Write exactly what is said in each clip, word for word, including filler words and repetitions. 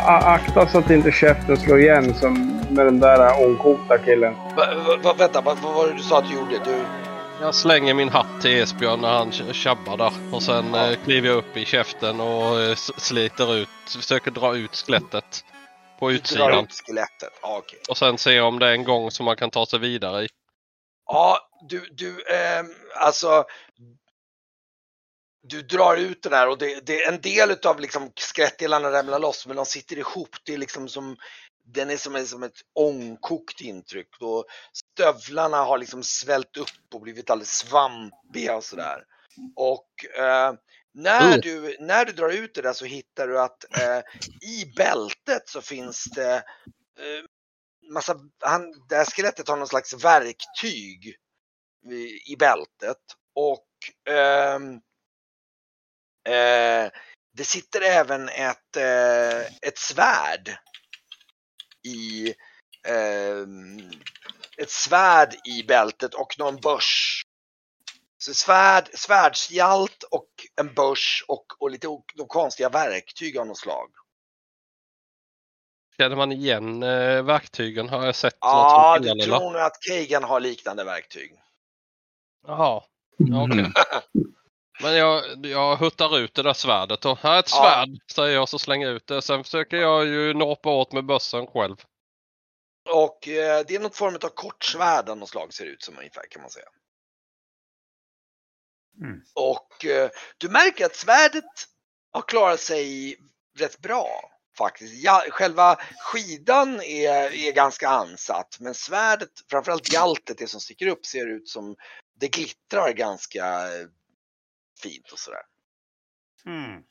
a- akta så att inte käften slår igen som med den där onkokta killen. Va, va, vänta, vad va, var det du sa att du gjorde? Du... Jag slänger min hatt till Esbjörn när han tjabbar där. Och sen ja. eh, kliver jag upp i käften och eh, sliter ut, försöker dra ut skelettet på utsidan. Dra ut skelettet, ah, okej. Okay. Och sen se om det är en gång som man kan ta sig vidare i. Ja, du, du, eh, alltså... Du drar ut den här och det, det är en del av liksom skelettdelarna ramlar loss, men de sitter ihop. Det är liksom som, den är som, som ett ångkokt intryck. Och stövlarna har liksom svällt upp och blivit alldeles svampiga och sådär. Och eh, när, mm. du, när du drar ut det där så hittar du att eh, i bältet så finns det eh, massa, han, det här skelettet har någon slags verktyg i, i bältet. Och eh, Eh, det sitter även ett, eh, ett svärd i eh, ett svärd i bältet och någon börs. Så svärd, svärdshjalt och en börs och, och lite de konstiga verktyg av något slag. Känner man igen eh, verktygen? Har jag sett ja, något? Ja, du tror nog att Kagan har liknande verktyg. Jaha, okej. Okay. Men jag, jag huttar ut det där svärdet och här är ett svärd, ja. Säger jag, så slänger jag ut det. Sen försöker jag ju norpa åt med bössan själv. Och eh, det är något form av kortsvärd av något slag ser det ut som ungefär, kan man säga. Mm. Och eh, du märker att svärdet har klarat sig rätt bra faktiskt. Ja, själva skidan är, är ganska ansatt, men svärdet, framförallt galtet, det som sticker upp, ser ut som det glittrar ganska fint och sådär. Mm.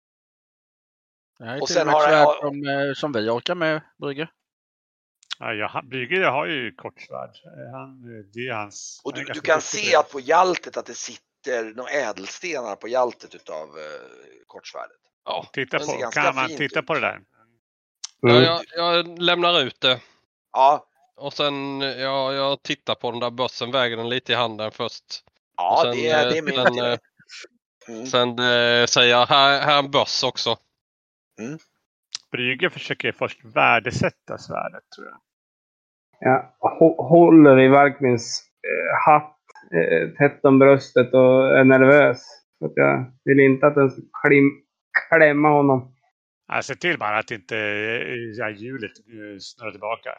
Det här är och till sen och med har svärd jag... som, som vi orkar med, Brygge. Ja, jag, Brygge har ju kortsvärd. Han, det är hans... Och du, du kan se att på jaltet att det sitter några ädelstenar på jaltet utav uh, kortsvärdet. Ja, titta på, kan man titta ut. på det där? Mm. Ja, jag, jag lämnar ut det. Ja. Och sen, ja, jag tittar på den där bössen, väger den lite i handen först. Ja, sen, det är, det är min sen, idé. Mm. Sen äh, säger jag, här, här är en böss också. Mm. Brygge försöker först värdesätta svärdet, tror jag. Jag håller i Varkmins eh, hatt eh, tätt om bröstet och är nervös. Så att jag vill inte att den ska klim, klämma honom. Jag ser till bara att inte ja, hjulet snurrar tillbaka.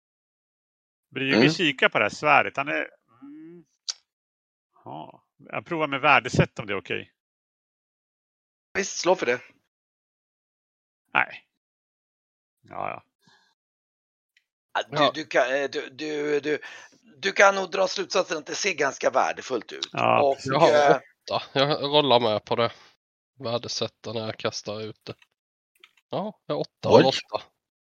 Brygge mm. kikar på det här svärdet. Han är... Mm. Ja. Jag provar med värdesätt om det är okej. Okay. Visst, slå för det. Nej. Ja, ja. Du, du, kan, du, du, du, du kan nog dra slutsatsen att det ser ganska värdefullt ut. Ja, och, jag har åtta. Jag rollar med på det. Värdesätta när jag kastar ut det. Ja, jag har åtta och åtta.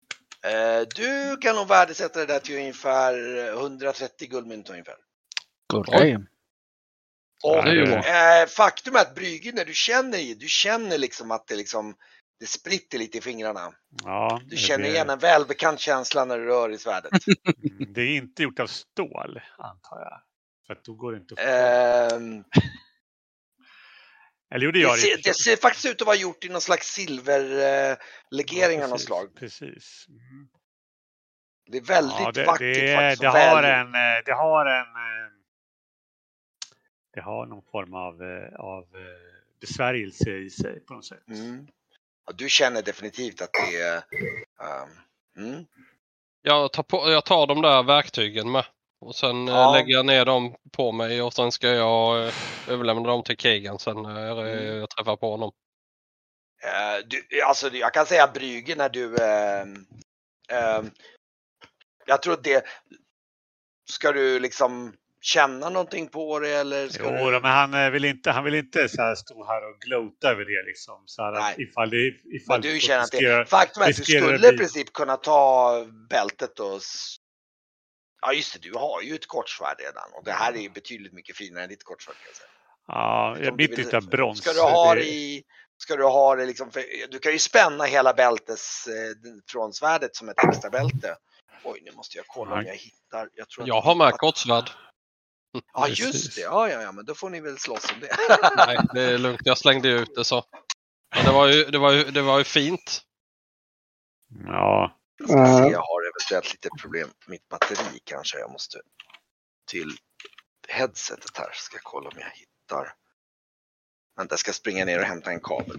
Du kan nog värdesätta det där till ungefär hundratrettio guldmynt ungefär. Okej. Och eh, faktum är att Brygge, när du känner i, du känner liksom att det liksom det spritter lite i fingrarna. Ja, du känner det... igen en välbekant känsla när du rör i svärdet. Mm, det är inte gjort av stål, antar jag. För att då går det inte att få... Um, Eller gjorde jag det, ser, det ser faktiskt ut att vara gjort i någon slags silverlegering ja, av något slag. Precis. Mm. Det är väldigt ja, det, vackert det, faktiskt. Det har, en, det har en... Det har någon form av, av besvärjelse i sig på något sätt. Mm. Ja, du känner definitivt att det är... Um, mm. jag, tar på, jag tar de där verktygen med. Och sen ja. lägger jag ner dem på mig. Och sen ska jag överlämna dem till Kagan sen när jag, mm. jag träffar på honom. Uh, du, alltså, jag kan säga Brygge när du... Uh, uh, jag tror att det... Ska du liksom... känna någonting på det eller ska jo, du... men han vill inte han vill inte så här stå här och glota över det liksom så här. Nej. ifall det ifall men du känner att det faktum är att du skulle i princip kunna ta bältet och ja just det, du har ju ett kortsvärd redan och det här är ju betydligt mycket finare än ditt kortsvärd kan jag säga. Ja, jag mitt inte av brons. Ska du ha det i ska du ha det liksom för, du kan ju spänna hela bältes eh, från svärdet som ett extra bälte. Oj, nu måste jag kolla om jag hittar. Jag tror jag har med kortsvärd. Ja just det, ja, ja, ja, men då får ni väl slåss om det. Nej, det är lugnt, jag slängde ut det så. Men det var ju, det var ju, det var ju fint. Ja. Jag ska se, jag har eventuellt lite problem med mitt batteri kanske. Jag måste till headsetet här. Ska kolla om jag hittar. Vänta, jag ska springa ner och hämta en kabel.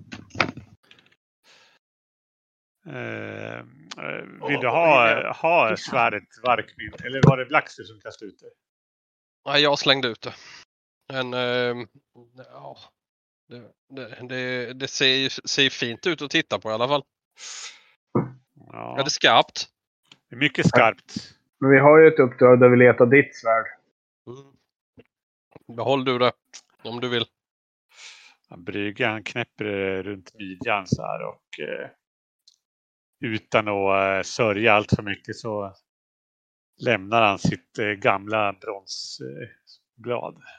Uh, vill du ha, ha svärdet Varkmin? Eller var det Blackster som kastade ut det? Nej, jag slängde ut det. Men uh, ja, det, det, det, det ser, ser fint ut att titta på i alla fall. Ja. Är det skarpt? Det är mycket skarpt. Men vi har ju ett uppdrag där vi letar ditt svärd. Mm. Behåll du det om du vill. Brygge, han knäpper runt midjan så här och eh, utan att eh, sörja allt för mycket så lämnar han sitt eh, gamla bronsblad. Eh,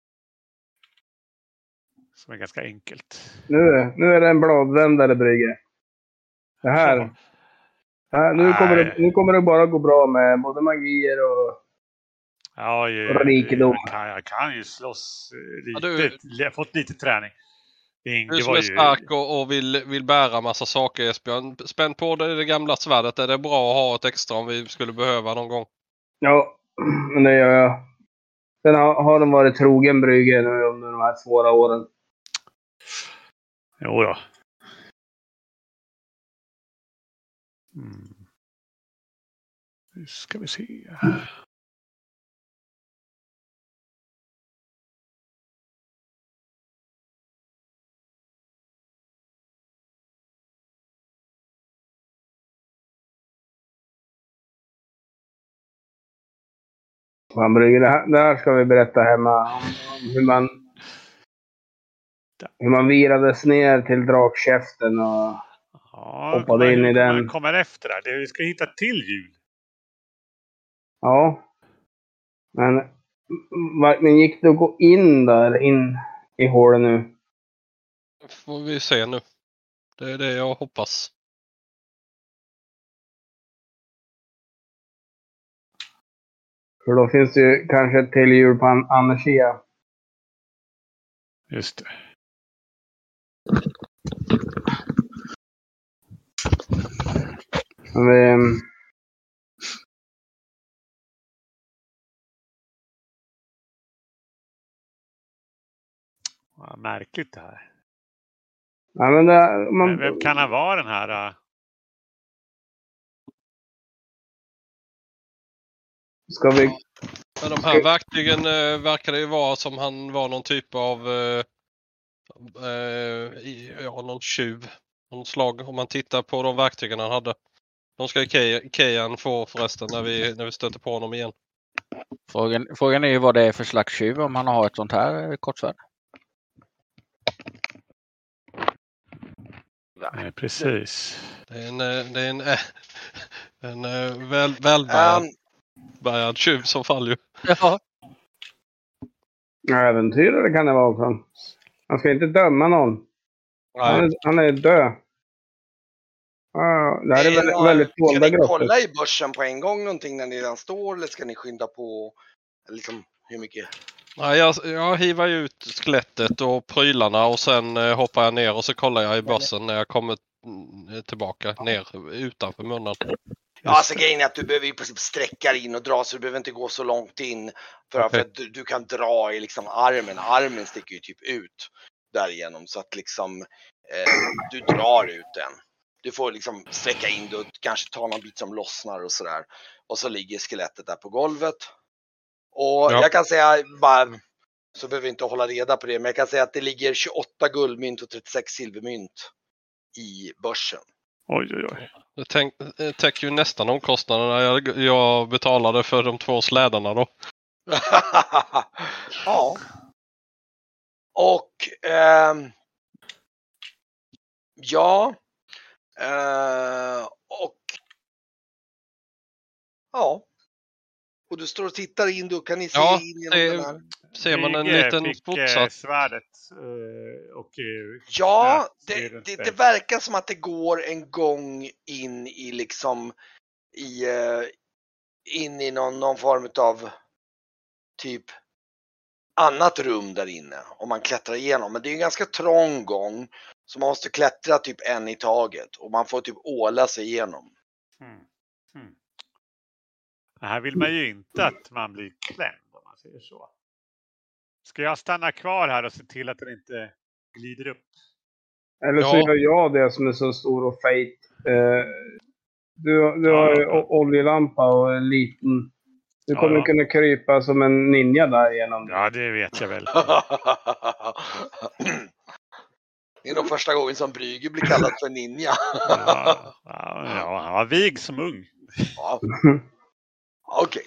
som är ganska enkelt. Nu, nu är det en bladvändare, Brygge. Det här. Ja. här nu, kommer det, nu kommer det bara gå bra med både magier och, ja, ju, och rikedom. Jag kan, jag kan ju slåss lite. Ja, du, jag har fått lite träning. Det, du det som var är ju... stark och, och vill, vill bära massa saker, Esbjörn. Spänn på dig det gamla svärdet. Är det bra att ha ett extra om vi skulle behöva någon gång? Ja, men det gör jag. Sen har, har de varit trogen, Brygge, nu under de här svåra åren. Jo då. Mm. Nu ska vi se. Fan, Brygge, det här, det här ska vi berätta hemma om, om hur man hur man virades ner till drakkäften och ja, hoppade in i den. Man kommer efter där. Det, vi ska hitta till jul. Ja. Men, men gick det att gå in där, in i hålet nu? Får vi se nu. Det är det jag hoppas. För då finns det ju kanske ett till hjul på an- Anersia. Just det. Men vi, Ja, märkligt det här. ja, men det, man, Vem kan ha vara den här? Uh... ska vi... Men de här verktygen äh, verkar det ju vara som han var någon typ av äh, äh, ja, någon tjuv. Någon slag om man tittar på de verktygen han hade. De ska ju Kejan få förresten när vi, när vi stöter på honom igen. Frågan, frågan är ju vad det är för slags tjuv om han har ett sånt här kortsvärd. Nej, precis. Det är en, det är en, en, en väl, välbärgad um, tjuv som fall ju. Ja. Äventyrare kan det vara också. Han ska inte döma någon. Han är, han är död. Ah, det här är väldigt, några, väldigt dolda ska ni kolla grottor. i börsen på en gång någonting när ni redan står eller ska ni skynda på? Liksom, hur mycket? Nej, jag, jag hivar ju ut skelettet och prylarna och sen eh, hoppar jag ner och så kollar jag i börsen när jag kommer mm, tillbaka ner utanför munnen. Ja, alltså grejen är att du behöver i princip sträcka in och dra så du behöver inte gå så långt in för, Okay. för att du, du kan dra i liksom armen. Armen sticker ju typ ut därigenom så att liksom eh, du drar ut den. Du får liksom sträcka in det och kanske ta någon bit som lossnar och sådär. Och så ligger skelettet där på golvet. Och ja. jag kan säga bara, så behöver vi inte hålla reda på det, men jag kan säga att det ligger tjugoåtta guldmynt och trettiosex silvermynt i börsen. Oj, oj, oj. Det, tänk, det täcker ju nästan omkostnaderna jag, jag betalade för de två slädarna då. Ja. Och ehm, ja. Uh, och ja. Och du står och tittar in, då kan ni se ja, in genom den här. Ser man en Brygge liten fick, fortsatt. svärdet uh, och uh, Ja, det, det, det verkar som att det går en gång in i liksom i uh, in i någon, någon form av typ annat rum där inne om man klättrar igenom. Men det är en ganska trång gång Så man måste klättra typ en i taget. Och man får typ åla sig igenom. Mm. Mm. Det här vill man ju inte att man blir klämd om man säger så. Ska jag stanna kvar här och se till att den inte glider upp? Eller så Ja. gör jag det som är så stor och fejt. Eh, du du Ja, har ju ja. o- oljelampa och en liten. Du Ja, kommer ja. kunna krypa som en ninja där igenom. Ja, det vet jag väl. Det är nog första gången som Brygge blir kallad för ninja. Ja, ja, ja, han var vig som ung. Ja. Okej.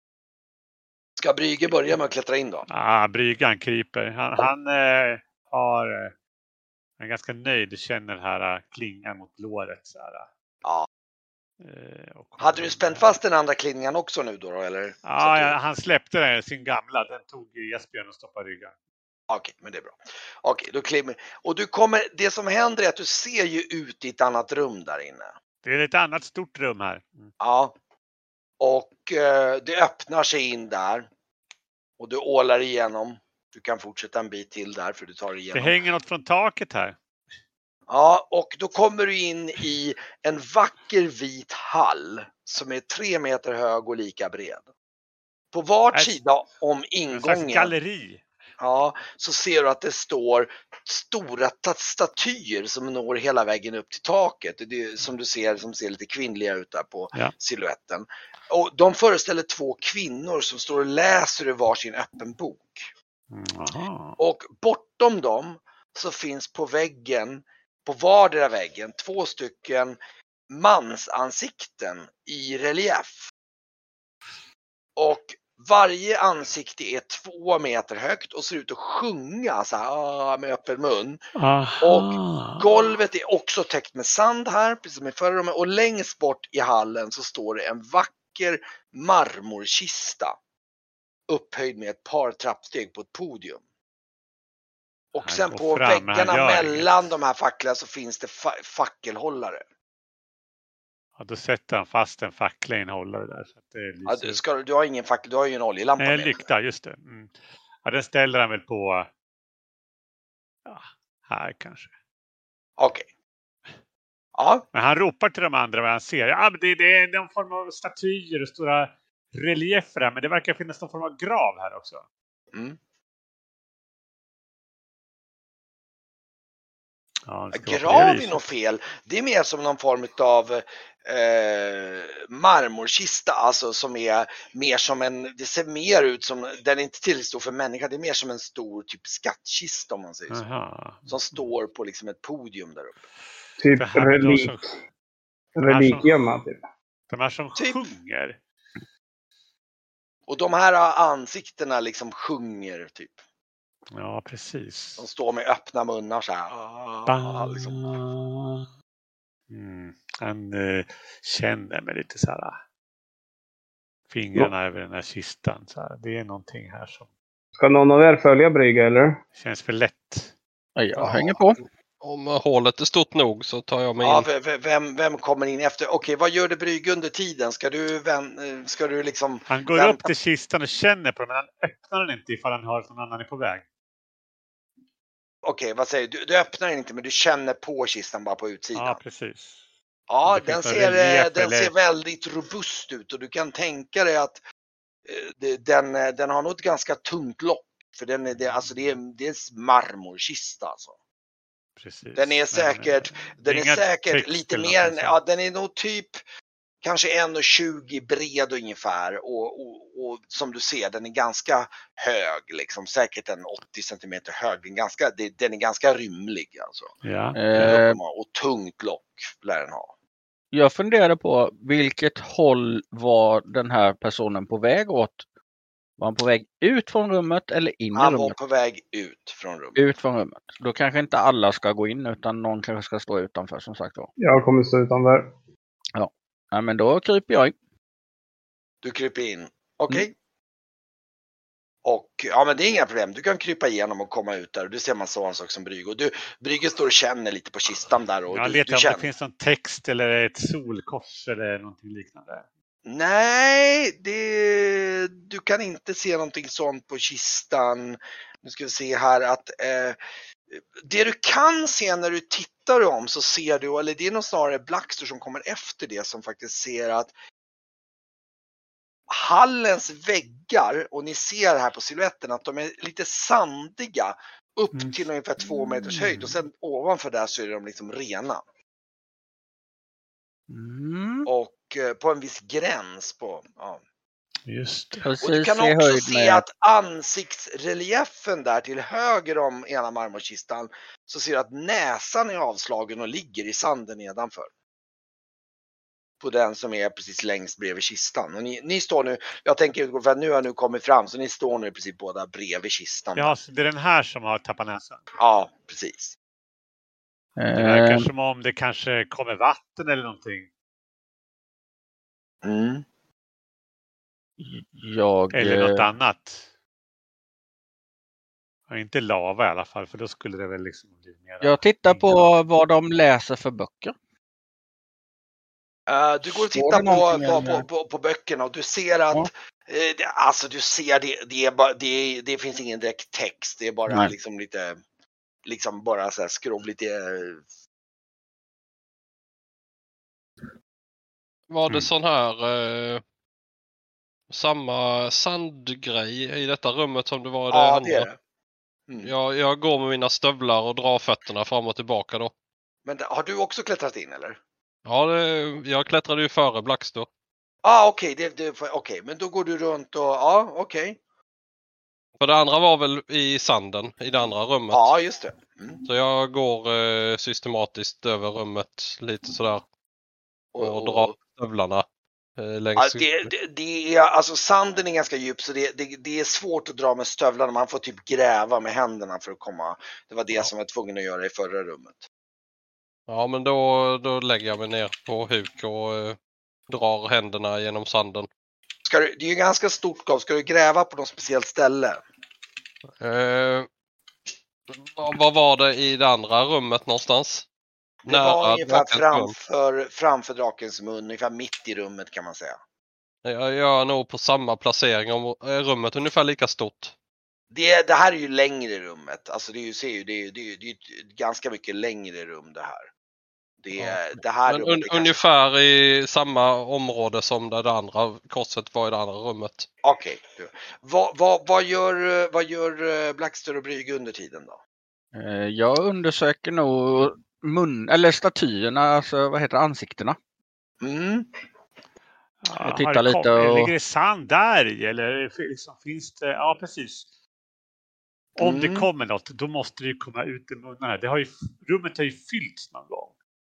Ska Brygge börja med att klättra in då? Ja, Bryggan kryper. Han, han eh, har eh, en ganska nöjd, känner den här eh, klingan mot låret. Så här, Ja. eh, och Hade du spänt fast den andra klingan också nu då, då eller? Så Ja, att du- ja, han släppte den, sin gamla. Den tog ju Esbjörn och stoppade ryggen. Okej, men det är bra. Okej, då klimmer. Och du kommer, det som händer är att du ser ju ut i ett annat rum där inne. Det är ett annat stort rum här. Mm. Ja. Och eh, det öppnar sig in där. Och du ålar igenom. Du kan fortsätta en bit till där för du tar dig Det igenom. hänger något från taket här. Ja, och då kommer du in i en vacker vit hall som är tre meter hög och lika bred. På vart Ett- sida om En slags ingången, galleri. ja, så ser du att det står stora ta- statyer som når hela vägen upp till taket. Det är, som du ser, som ser lite kvinnliga ut där på Ja. siluetten. Och de föreställer två kvinnor som står och läser ur varsin öppen bok. Mm, aha. Och bortom dem så finns på väggen, på vardera väggen, två stycken mansansikten i relief. Och varje ansikte är två meter högt och ser ut att sjunga så här med öppen mun. Aha. Golvet är också täckt med sand här, precis som i förra rummet. Och längst bort i hallen så står det en vacker marmorkista. Upphöjd med ett par trappsteg på ett podium. Och Han sen går på fram, men han väggarna gör mellan inget. de här facklorna så finns det fa- fackelhållare. Ja, då sätter han fast en fackla i en hållare där. Så att det Ja, lyser du, upp. ska, du har ingen fackel, du har ju en oljelampa Nej, med. lykta, just det. Mm. Ja, den ställer han väl på... Ja, här kanske. Okej. Ja, Men han ropar till de andra vad han ser. Ja, men det, det är någon form av statyer och stora reliefer här. Men det verkar finnas någon form av grav här också. mm. Ja, det ska vara på det Grav är viset. nog fel. Det är mer som någon form av eh, marmorkista, alltså som är mer som en, det ser mer ut som, den är inte tillräckligt stor för människa, det är mer som en stor typ skattkista om man säger så. Aha. Som står på liksom ett podium där uppe. Typ För här är de relik. som, här som- Relikgömma typ. de här som Typ. sjunger. Och de här ansiktena liksom sjunger typ. Ja, precis. De står med öppna munnar så här. Ah, liksom. Mm. Han eh, känner med lite så här fingrarna över den här kistan. Så här. Det är någonting här som Ska någon av er följa Brygga eller? känns för lätt. Ja, jag Ja. hänger på. Om hålet är stort nog så tar jag mig Ja, in. v- v- vem, vem kommer in efter? Okej, vad gör det Brygge under tiden? Ska du, vän, ska du liksom... Han går Vänta. upp till kistan och känner på den, men han öppnar den inte ifall han hör att någon annan är på väg. Okej, vad säger du? Du öppnar den inte men du känner på kistan bara på utsidan. Ja, precis. Ja, det den finns någon ser, relief eh, den eller- ser väldigt robust ut och du kan tänka dig att eh, det- den, eh, den har nog ett ganska tungt lock. För den är, det, alltså det, är, det är en marmorkista alltså. precis. Den är Men, säkert, eh, det den är inga säkert text lite eller mer, än- någonting ja sånt. den är nog typ kanske en komma tjugo bred ungefär och, och, och som du ser den är ganska hög liksom, säkert en åttio centimeter hög. Den är ganska, det, den är ganska rymlig alltså. Ja. Eh, Och tungt lock lär den ha. jag funderade på vilket håll var den här personen på väg åt? Var han på väg ut från rummet eller in i Han var rummet? på väg ut från rummet. Ut från rummet. Då kanske inte alla ska gå in utan någon kanske ska stå utanför som sagt var. Jag kommer stå utanför. Ja, men då kryper jag in. Du kryper in. Okej. Mm. Och ja, men det är inga problem. Du kan krypa igenom och komma ut där. Och du ser man sån sak som Brygge. Och du, Brygge står och känner lite på kistan där. Och Jag du, letar du om känner. det finns någon text eller ett solkors eller någonting liknande. Nej, det, du kan inte se någonting sånt på kistan. Nu ska vi se här att eh, det du kan se när du tittar om så ser du, eller det är nog snarare Blackster som kommer efter det som faktiskt ser att hallens väggar, och ni ser här på siluetten att de är lite sandiga upp Mm. till ungefär två meters höjd och sen ovanför där så är de liksom rena. Mm. Och eh, på en viss gräns på, ja. Just det. Precis Och du kan i också höjd se med... att ansiktsreliefen där till höger om ena marmorkistan så ser du att näsan är avslagen och ligger i sanden nedanför. På den som är precis längst bredvid kistan. Och ni, ni står nu, jag tänker utgå för att nu har nu kommit fram så ni står nu i princip båda bredvid kistan. Ja, så det är den här som har tappat näsan. Ja, precis. Det verkar Eh, som om det kanske kommer vatten eller någonting. Mm. jag... Eller något eh, annat. Ja, inte lava i alla fall, för då skulle det väl liksom bli mer... Jag tittar på vad de läser för böcker. Uh, du går och Står tittar det på, någonting på, eller? på, på, på böckerna och du ser att Ja. eh, det, alltså du ser det, det, är bara, det, är, det finns ingen direkt text. Det är bara Nej. liksom lite, liksom bara så här skrovligt. Var det Mm. sån här eh, samma sandgrej i detta rummet som det var i det Ja, andra? det är det. Mm. Jag, jag går med mina stövlar och drar fötterna fram och tillbaka då. Men det- har du också klättrat in eller? Ja, det, jag klättrade ju före Blackster. Ah, okej, det, det, okej, men då går du runt och, ja, okej. För det andra var väl i sanden i det andra rummet. Ja, just det. Mm. Så jag går eh, systematiskt över rummet lite sådär och, Och, drar och, stövlarna eh, ja, längs. det, det, det är, alltså sanden är ganska djup så det, det, det är svårt att dra med stövlarna. Man får typ gräva med händerna för att komma. Det var det Ja. som jag var tvungen att göra i förra rummet. Ja, men då, då lägger jag mig ner på huk och eh, drar händerna genom sanden. Ska du, det är ju ganska stort gap. Ska du gräva på något speciellt ställe? Eh, vad, vad var det i det andra rummet någonstans? Det var ungefär drakens mun. framför, framför drakens mun, ungefär mitt i rummet kan man säga. Jag gör nog på samma placering om är rummet ungefär lika stort. Det, det här är ju längre rummet. Alltså det är ju, ser ju, det är ju, det är ju, det är ju ett ganska mycket längre rum det här. Det, Ja. det här Men rummet un, är kanske... ungefär i samma område som där det andra korset var i det andra rummet. Okej. Okay. Vad, vad, vad gör, vad gör Blackster och Brygge under tiden då? eh, jag undersöker nog mun... Eller statyerna, alltså vad heter det, ansiktena. Mm. Ja, Jag tittar har det lite kommit- och- Ligger det sand där i? Eller liksom, finns det... Ja, precis. Om Mm. det kommer något, då måste det ju komma ut i munnarna. Det har ju, rummet har ju fyllts någon gång.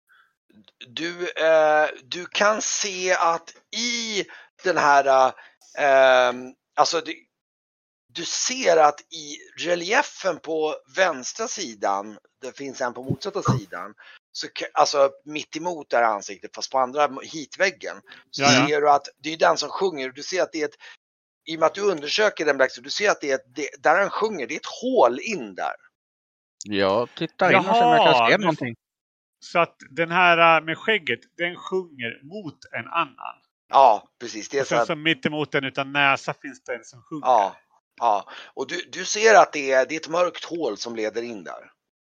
Du, eh, du kan se att i den här, eh, alltså det, du ser att i reliefen på vänstra sidan, det finns en på motsatta sidan, så, ka- alltså mitt emot det här ansiktet fast på andra hitväggen, så Ja, ja. ser du att det är den som sjunger. Du ser att det är ett, i och med att du undersöker den Blackster, du ser att det är ett, det, där han sjunger, det är ett hål in där. Jag tittar in och ser om jag Jaha, kan se nu- någonting. Så att den här med skägget, den sjunger mot en annan. Ja, precis. Det är Och så sen att, så mitt emot den utan näsa finns det en som sjunger. ja, ja. Och du, du ser att det är, det är ett mörkt hål som leder in där.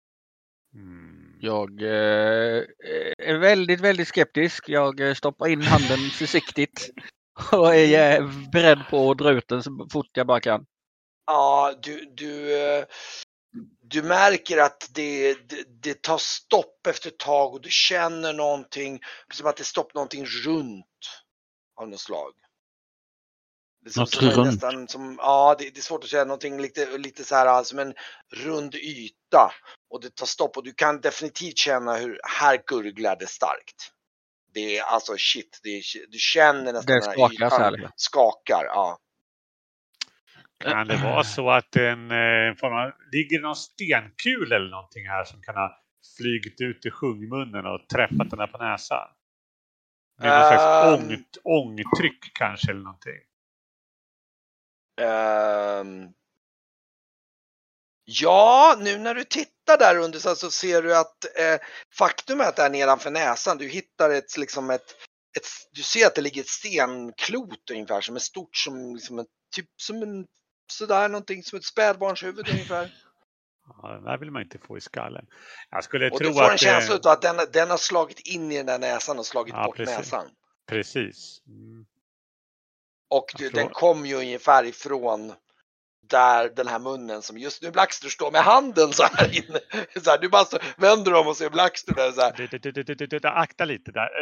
Mm. Jag eh, är väldigt, väldigt skeptisk. Jag eh, stoppar in handen försiktigt och är eh, beredd på att dra ut den så fort jag bara kan. Ja, du, du, eh, du märker att det, det, det tar stopp efter ett tag och du känner någonting, som att det stoppar någonting runt av något slag. Det är som, Något som är runt? nästan som, ja, det, det är svårt att säga, någonting lite, lite så här som en rund yta och det tar stopp och du kan definitivt känna hur här gurglar det starkt. Det är alltså shit, det är, du känner nästan Det den här skakar så ytan här. skakar, ja. Kan det vara så att en, eh, form av, ligger det någon stenkul eller någonting här som kan ha flygit ut i sjungmunnen och träffat den där på näsan? Med någon slags Ehm. ång, ångtryck kanske eller någonting. Ehm, ja, nu när du tittar där under så, så ser du att eh, faktum är att där nedanför näsan du hittar ett, liksom ett, ett, du ser att det ligger ett stenklot ungefär som är stort som, liksom en, typ som en, sådär någonting som ett spädbarnshuvud ungefär. Ja, den där vill man inte få i skallen. Jag skulle Och tro du får en att känsla det... av att den, den har slagit in i den där näsan och slagit Ja, bort precis. näsan. Precis. Mm. Och Jag den tror- kom ju ungefär ifrån där den här munnen som just nu Blackster står med handen så här inne. Så här, du bara så, vänder om och ser Blackster där så här. Det, det, det, det, det, det, akta lite där.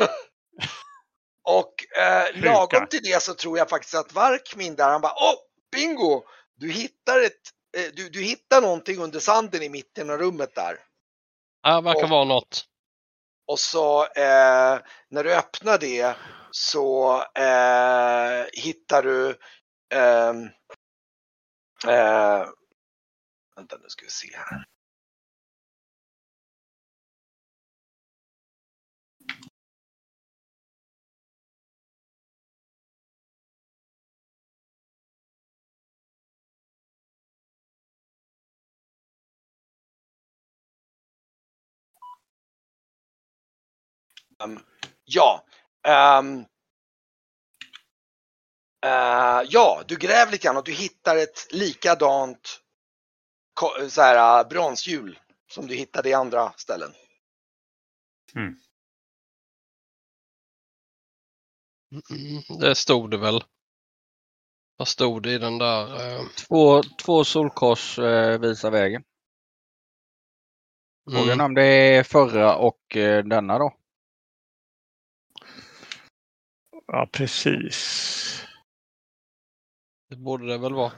Och eh, Sjuka. lagom till det så tror jag faktiskt att Varkmin där, han bara, åh, bingo! Du hittar ett, eh, du, du hittar någonting under sanden i mitten av rummet där. Ja, verkar Och- vara något. Och så eh, när du öppnar det så eh, hittar du eh, eh, vänta nu ska vi se här. Um, ja. Um, uh, ja, du gräver lite grann och du hittar ett likadant ko- så här, uh, bronshjul som du hittade i andra ställen. Mm, det stod det väl. Vad stod det i den där? Eh... Två, två solkors eh, visar vägen. Frågan Mm. om det är förra och eh, denna då. Ja, precis. Det borde det väl vara.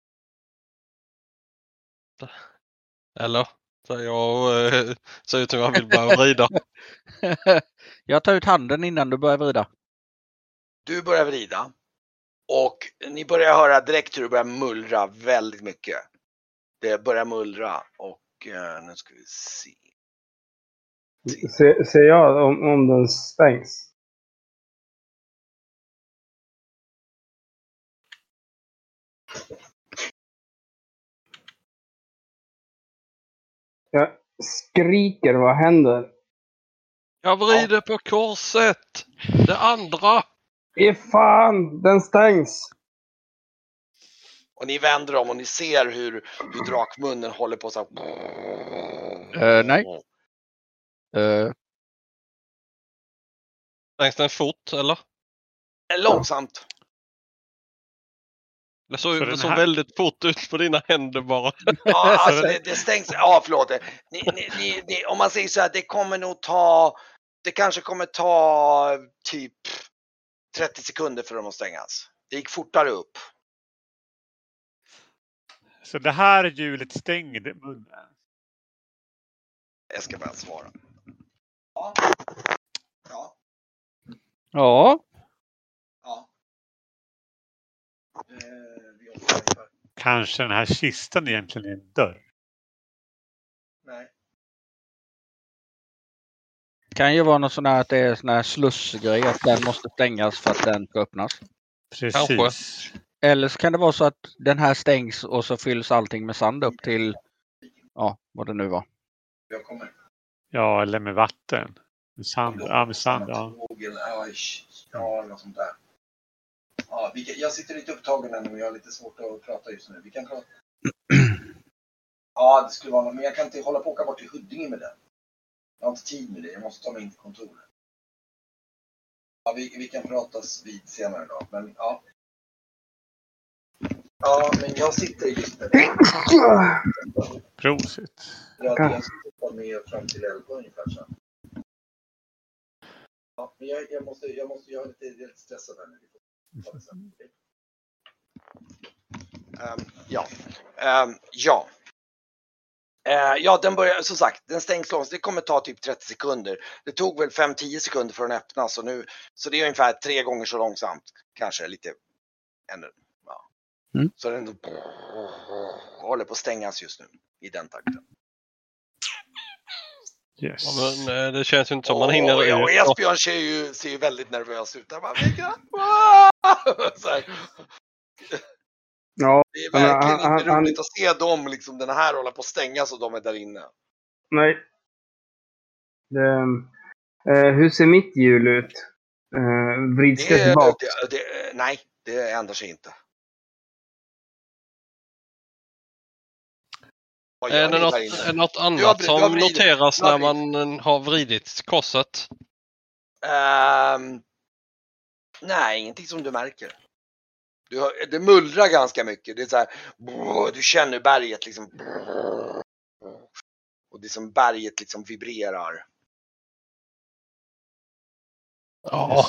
Eller? Så jag eh, ser ut som jag vill börja vrida. Jag tar ut handen innan du börjar vrida. Du börjar vrida och ni börjar höra direkt hur det börjar mullra väldigt mycket. Det börjar mullra och uh, nu ska vi se. Ser, ser jag om, om den stängs? Jag skriker, vad händer? Jag vrider på korset. Det andra. Ge fan, den stängs! Och ni vänder om och ni ser hur, hur drakmunnen håller på så här. Eh, nej. Eh, Stängs den fort eller? Långsamt. Det såg, Så det den såg här- väldigt fort ut på dina händer bara. Ja, alltså det, det stängs. Ja, förlåt. Ni, ni, ni, ni, om man säger så här, det kommer nog ta, det kanske kommer ta typ trettio sekunder för dem att stängas. Det gick fortare upp. Så det här hjulet stängde munnen. Jag ska bara svara. Ja. Ja. ja, Ja. Eh, vi har- Kanske den här kistan egentligen är en dörr. Nej. kan ju vara något sån här att det är sån här slussgrej att den måste stängas för att den ska öppnas. Precis. Kanske. Eller så kan det vara så att den här stängs och så fylls allting med sand upp till, ja, vad det nu var. Jag kommer. Ja, eller med vatten. Med sand. Ja, med sand. Ja. Ja, något sånt där. Ja, vi kan, jag sitter lite upptagen ännu och jag har lite svårt att prata just nu. Vi kan prata. Ja, det skulle vara något, men jag kan inte hålla på och åka bort till Huddinge med den. Jag har inte tid med det, jag måste ta mig in till kontoret. Ja, vi, vi kan pratas vid senare då, men ja. Ja, men jag sitter just där. Prosit. Jag, jag sitter med fram till elva ungefär sen. Ja, men jag, jag måste, jag måste, jag är lite, jag är lite stressad här nu. Um, ja. Um, ja. Uh, ja, den börjar, som sagt, den stängs långsamt. Det kommer ta typ trettio sekunder. Det tog väl fem till tio sekunder för den öppna, så nu, så det är ungefär tre gånger så långsamt. Kanske lite ännu. Ja. Mm. Så den håller på att stängas just nu i den takten. Yes. Ja, men eh, det känns ju inte som man Och- hinner och, och ut. Esbjörn ser ju, ser ju väldigt nervös ut. Där bara, så här. Ja, Det är Men verkligen han- inte han- roligt att se dem, liksom, den här hålla på att stängas och de är där inne. nej. Det, eh, hur ser mitt hjul ut? Eh, vrids det Det, tillbaka? det, det, nej, det ändrar sig inte. Vad gör Är det ni något, där inne? är något Du har annat vrid- du har som vridit- noteras du har när man har vridit korset? Ehm, nej, ingenting som du märker. Du har, det mullrar ganska mycket. Det är så här, brrr, du känner berget liksom. Brrr, och det är som berget liksom vibrerar. Ja.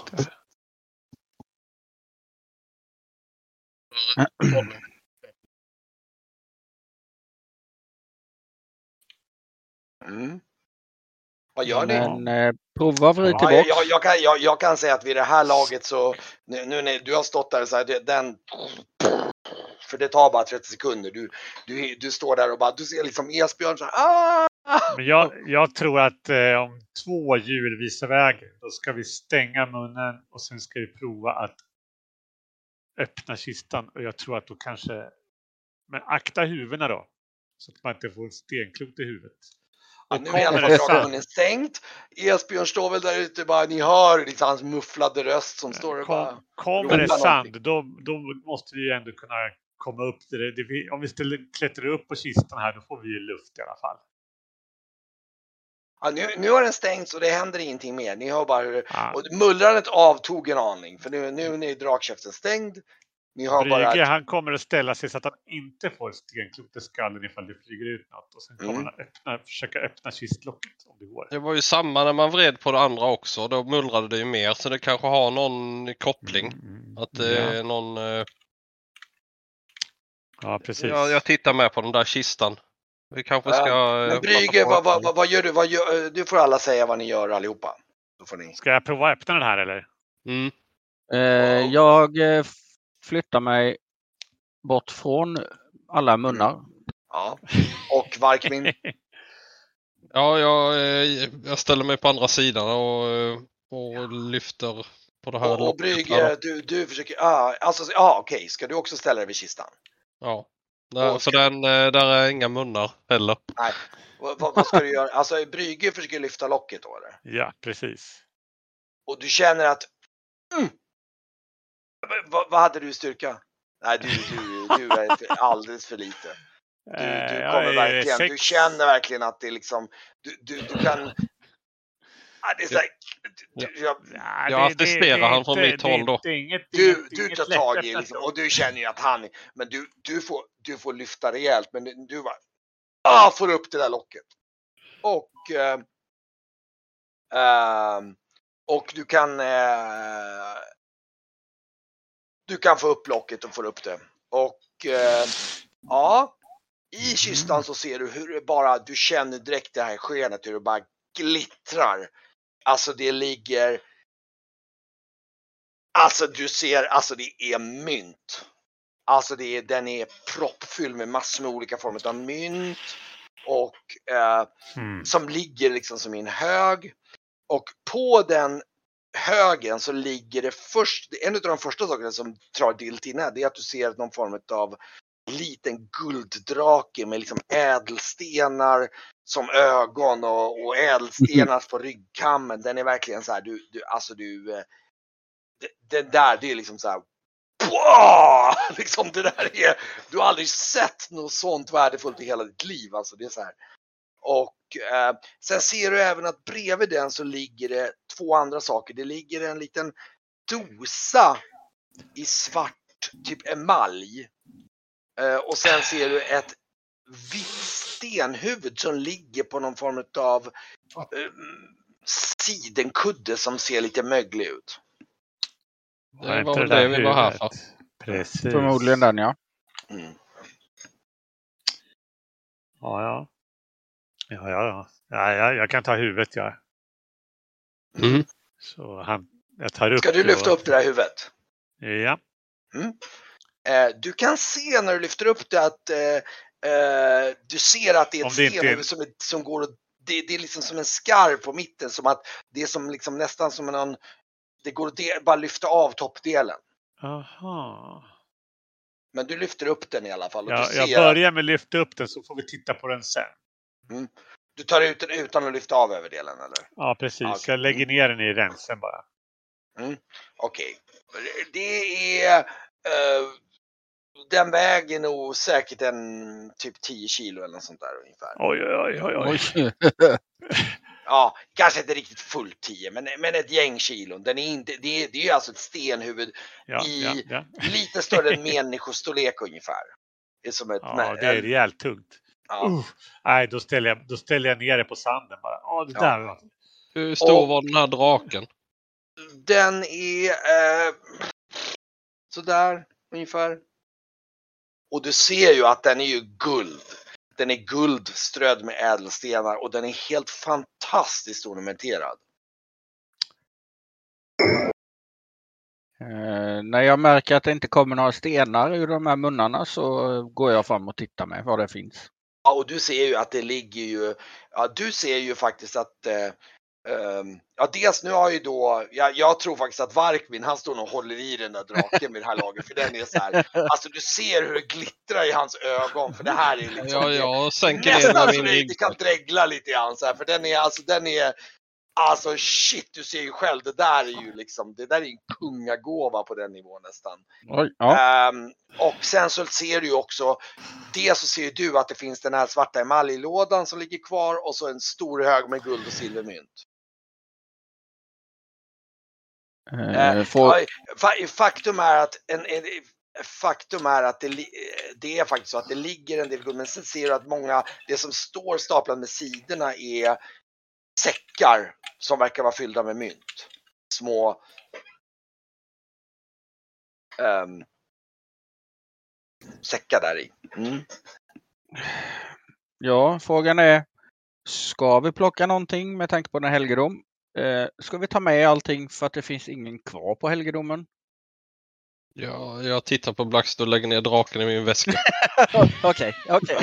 Mm. Vad gör ni? Men eh, prova vrid Ja, tillbaks. jag, jag, kan, jag, jag kan säga att vid det här laget så, nu, nu när du har stått där så här, det- den, för det tar bara trettio sekunder. Du, du, du står där och bara, du ser liksom Esbjörn så här, ah! Men jag, jag tror att eh, om två hjul visar vägen, då ska vi stänga munnen och sen ska vi prova att öppna kistan. Och jag tror att då kanske, men akta huvudena då, så att man inte får stenklot i huvudet. Ja, Och nu är i alla kommer fall det drakmunnen stängt. Esbjörn står väl där ute bara, ni hör liksom hans mufflade röst som står och bara... Kom, kommer det ropar sand, då, då måste vi ändå kunna komma upp till det. det om vi ställer, klättrar upp på kistan här, då får vi ju luft i alla fall. Ja, nu, nu har den stängts och det händer ingenting mer. Ni hör bara hur... Ja. Och mullrandet avtog en aning. För nu, nu är drakkäften stängd. Ni hör bara... Brygge, att- han kommer att ställa sig så att han inte får stenklot i skallen ifall det flyger ut något. Och sen kommer Mm. han att öppna, försöka öppna kistlocket om det går. Det var ju samma när man vred på det andra också. Då mullrade det ju mer. Så det kanske har någon koppling. Mm. Att det är Ja. någon... eh, Ja, precis. Ja, jag tittar med på den där kistan. Vi kanske ska... Ja, eh, men Brygge, vad, vad, vad, vad gör du? Vad gör, du får alla säga vad ni gör allihopa. Då får ni... Ska jag prova att öppna den här eller? Mm. Eh, jag eh, flyttar mig bort från alla munnar. Ja. Och Varkmin. Ja, jag, eh, jag ställer mig på andra sidan och, eh, och lyfter på det här Och, och locket Brygge, här då. du, du försöker... Ah, alltså, ah, okej. Ska du också ställa dig vid kistan? Ja. Där, Och för ska- den, eh, där är inga munnar heller. Nej. Vad, vad, vad ska du göra? Alltså, Brygge försöker lyfta locket då, eller? Ja, precis. Och du känner att... Mm, vad, vad hade du i styrka? Nej, du, du, du är för- alldeles för lite. Du, Eh, du jag kommer är verkligen, du sex. känner verkligen att det är liksom, du, du, du kan, ja, det är så här, du, du, jag, Ja, Jag assisterar han från mitt håll då. Det är inget, det är du, inget, du inget tar tag i lättöppnat liksom, lock. och du känner ju att han, men du, du, får, du får lyfta rejält, men du, du bara, ah, får upp det där locket. Och, eh, ehm, och du kan, eh, du kan få upp locket och få upp det. Och, eh, ja, i kistan så ser du hur det bara, du känner direkt det här skenet, hur det bara glittrar. Alltså det ligger, alltså du ser, alltså det är mynt. Alltså det är, den är proppfylld med massor med olika former av mynt. Och eh, Mm. som ligger liksom som i en hög. Och på den högen så ligger det först, en av de första sakerna som drar dill till det är att du ser någon form av liten gulddrake med liksom ädelstenar som ögon och, och ädelstenar på ryggkammen. Den är verkligen så här, du, du alltså du, eh, det, det där, det är liksom så här, wow! Liksom det där är, du har aldrig sett något sånt värdefullt i hela ditt liv, alltså det är så här. Och eh, sen ser du även att bredvid den så ligger det två andra saker. Det ligger en liten dosa i svart, typ emalj. Eh, och sen ser du ett vitt stenhuvud som ligger på någon form av eh, sidenkudde som ser lite möglig ut. Var Det inte var väl där det vi var här för. huvudet? Precis. Förmodligen den, ja. Mm. Ja, ja. Ja, ja, ja. ja jag, jag kan ta huvudet, ja. Mm. Så han, jag tar upp Ska du lyfta upp det där huvudet? Ja. Eh, du kan se när du lyfter upp det att eh, eh, du ser att det är Om ett det inte är- stenhuvud som, är, som går och, det, det är liksom som en skarv på mitten, som att det är som liksom nästan som en, det går att de, bara lyfta av toppdelen. Aha. Men du lyfter upp den i alla fall och Ja, du ser jag att börjar med att lyfta upp den så får vi titta på den sen. du tar ut den utan att lyfta av överdelen, eller? Ja, precis. Okej. Jag lägger ner den i rensen bara. Okej. Det är eh, Den väger nog säkert en typ tio kilo eller något sånt där ungefär. Oj, oj, oj, oj. Oj. Ja, kanske inte riktigt fullt tio, men, men ett gäng kilon. Den är inte, det, är, det är ju alltså ett stenhuvud Ja, i ja, ja. lite större än människostorlek ungefär. Det är som ett, Ja, det är rejält tungt. Ja. Uh, nej, då ställer, jag, då ställer jag ner det på sanden bara. Åh, det Ja. där var... Hur stor Och- var den här draken? Den är eh, sådär ungefär. Och du ser ju att den är ju guld. Den är guldströdd med ädelstenar och den är helt fantastiskt ornamenterad. Eh, när jag märker att det inte kommer några stenar ur de här munnarna så går jag fram och tittar med vad det finns. Ja, och du ser ju att det ligger ju, ja du ser ju faktiskt att, eh, ehm, ja dels nu har ju då, ja, jag tror faktiskt att Varkmin, han står nog och håller i den där draken vid det här laget, för den är så här, alltså du ser hur det glittrar i hans ögon, för det här är liksom, Ja, jag sänker ner nästan med så min det inte kan ryggsäck. dregla lite grann så här, för den är, alltså den är, alltså shit, du ser ju själv, det där är ju liksom, det där är ju en kungagåva på den nivån nästan. Oj, ja. Ehm, och sen så ser du ju också, dels så ser du att det finns den här svarta emaljlådan som ligger kvar och så en stor hög med guld och silvermynt. Eh, Eh, får, ja, fa- faktum är att en, en, faktum är att det, li- det är faktiskt så att det ligger en del guld, men sen ser du att många, det som står staplat med sidorna är säckar som verkar vara fyllda med mynt. Små ehm, säckar där i. Mm. ja, frågan är, ska vi plocka någonting med tanke på den helgedom? Eh, ska vi ta med allting för att det finns ingen kvar på helgedomen? Ja, jag tittar på Blackstone och lägger ner draken i min väska. Okej, okej.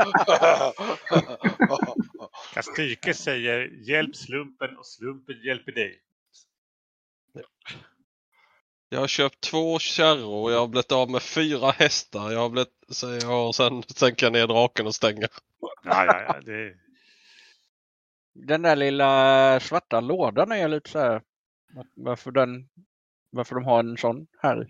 Kastyke säger hjälp slumpen och slumpen hjälper dig. Jag har köpt två kärror, jag har blivit av med fyra hästar. Jag har blivit, säger jag, och sen sänker jag ner draken och stänger. Ja, ja, ja. Det... Den där lilla svarta lådan är lite så här, varför den, varför de har en sån här.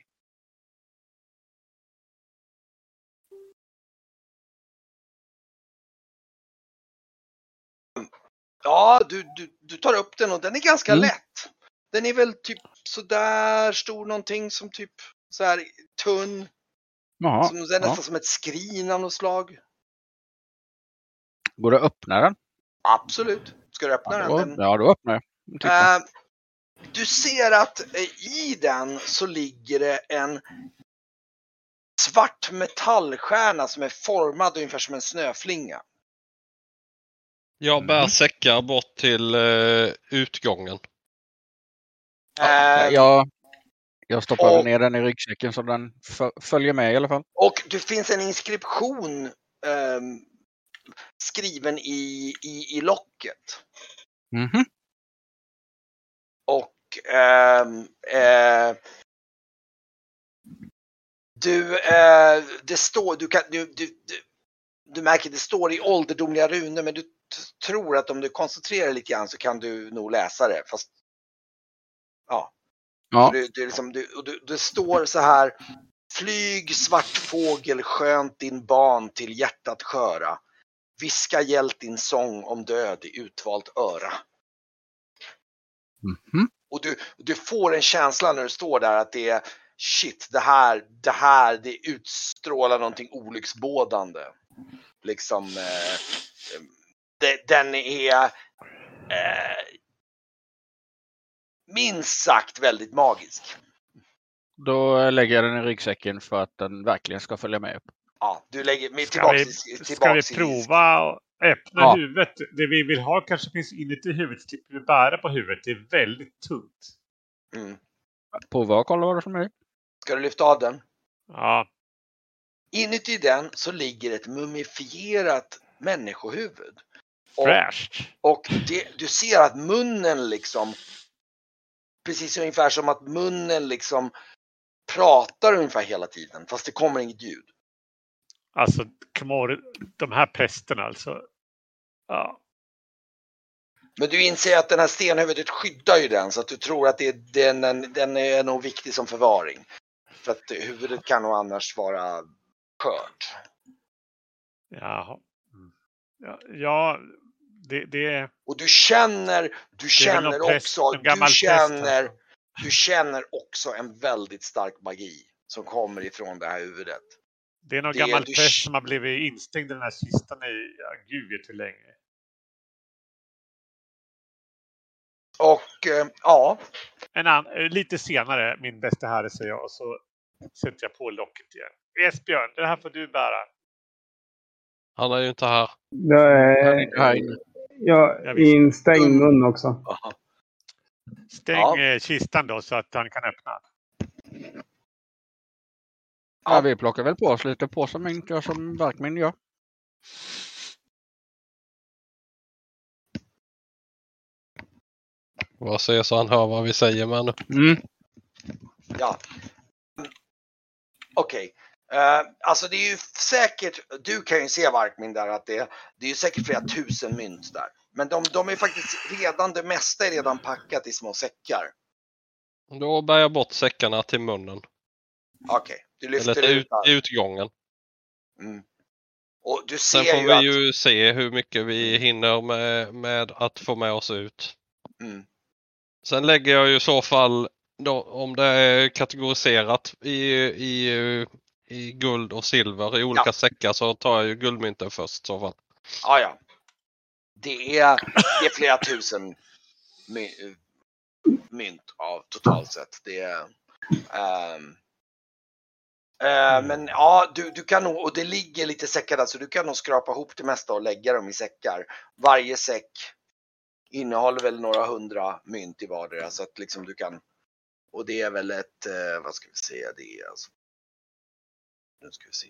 Ja, du, du, du tar upp den och den är ganska Mm. lätt. Den är väl typ sådär stor någonting som typ så här tunn. Jaha, Som, det är nästan ja. som ett skrin av något slag. Går det att öppna den? Absolut. Ska du öppna Ja, den? då, den? ja, då öppnar jag. Titta. Eh, du ser att eh, i den så ligger det en svart metallstjärna som är formad ungefär som en snöflinga. Jag bär säckar bort till eh, utgången. Eh, jag, jag stoppar och- ner den i ryggsäcken så den f- följer med i alla fall. Och det finns en inskription ehm, skriven i, i, i locket. Mhm. Och ehm, eh, du, eh, det står, du, kan, du, du, du, du märker det står i ålderdomliga runor, men du t- tror att om du koncentrerar lite grann så kan du nog läsa det. Fast ja, Ja. det, det, är liksom, det, och det, det står så här: flyg svart fågel skönt din ban till hjärtat sköra. Viska hjält din sång om död i utvalt öra. Mhm. Och du, du får en känsla när du står där att det är shit, det här, det här, det utstrålar någonting olycksbådande. Liksom, eh, det, den är eh, minst sagt väldigt magisk. Då lägger jag den i ryggsäcken för att den verkligen ska följa med upp. Ja, du lägger med Ska tillbaks, vi, i- ska tillbaks vi i- prova att öppna Ja. huvudet? Det vi vill ha kanske finns inuti huvudet. Slipper vi bära på huvudet. Det är väldigt tungt. Mm. Prova och kolla vad det som är. Ska du lyfta av den? Ja, Inuti den så ligger ett mumifierat människohuvud. Och, fräscht. och det, du ser att munnen liksom, precis ungefär som att munnen liksom pratar ungefär hela tiden, fast det kommer inget ljud. Alltså, kommer de här prästerna alltså. Ja. Men du inser att den här stenhuvudet skyddar ju den, så att du tror att det, den, den är nog viktig som förvaring. För att huvudet kan nog annars vara skört. Jaha. Mm. Ja, ja det, det... Och du känner, du känner präst, också, du präst, känner, alltså. du känner också en väldigt stark magi som kommer ifrån det här huvudet. Det är någon det gammal du... präst som har blivit instängd i den här kistan i, ja, gud vet hur länge. Och äh, ja. En an, lite senare, min bästa herre, säger jag, och så sätter jag på locket igen. Esbjörn, det här får du bära. Han är ju inte här. Det är, jag är instängd mun också. Aha. Stäng ja. kistan då så att han kan öppna. Ja, vi plockar väl på oss lite på som inte jag som verkligen gör. Vad säger så han hör vad vi säger med nu. Mm. Ja. Okej. Okay. Uh, alltså det är ju säkert, du kan ju se Varkmin där att det, det är ju säkert flera tusen mynt där. Men de, de är faktiskt redan, det mesta är redan packat i små säckar. Då bär jag bort säckarna till munnen. Okej, okay. Du lyfter Eller till ut ut, utgången. Mm. Och du ser Sen får ju vi att... ju se hur mycket vi hinner med, med att få med oss ut. Mm. Sen lägger jag ju i så fall, då, om det är kategoriserat i, i, i guld och silver i olika ja. säckar, så tar jag ju guldmynten först i så fall. Ja, ja. Det är, det är flera tusen my, mynt av totalt sett. Det är... Um, uh, men ja, du, du kan nog, och det ligger lite säckar där, så du kan nog skrapa ihop det mesta och lägga dem i säckar. Varje säck innehåller väl några hundra mynt i vardera, så att liksom du kan, och det är väl ett, eh, vad ska vi säga det är alltså. Nu ska vi se.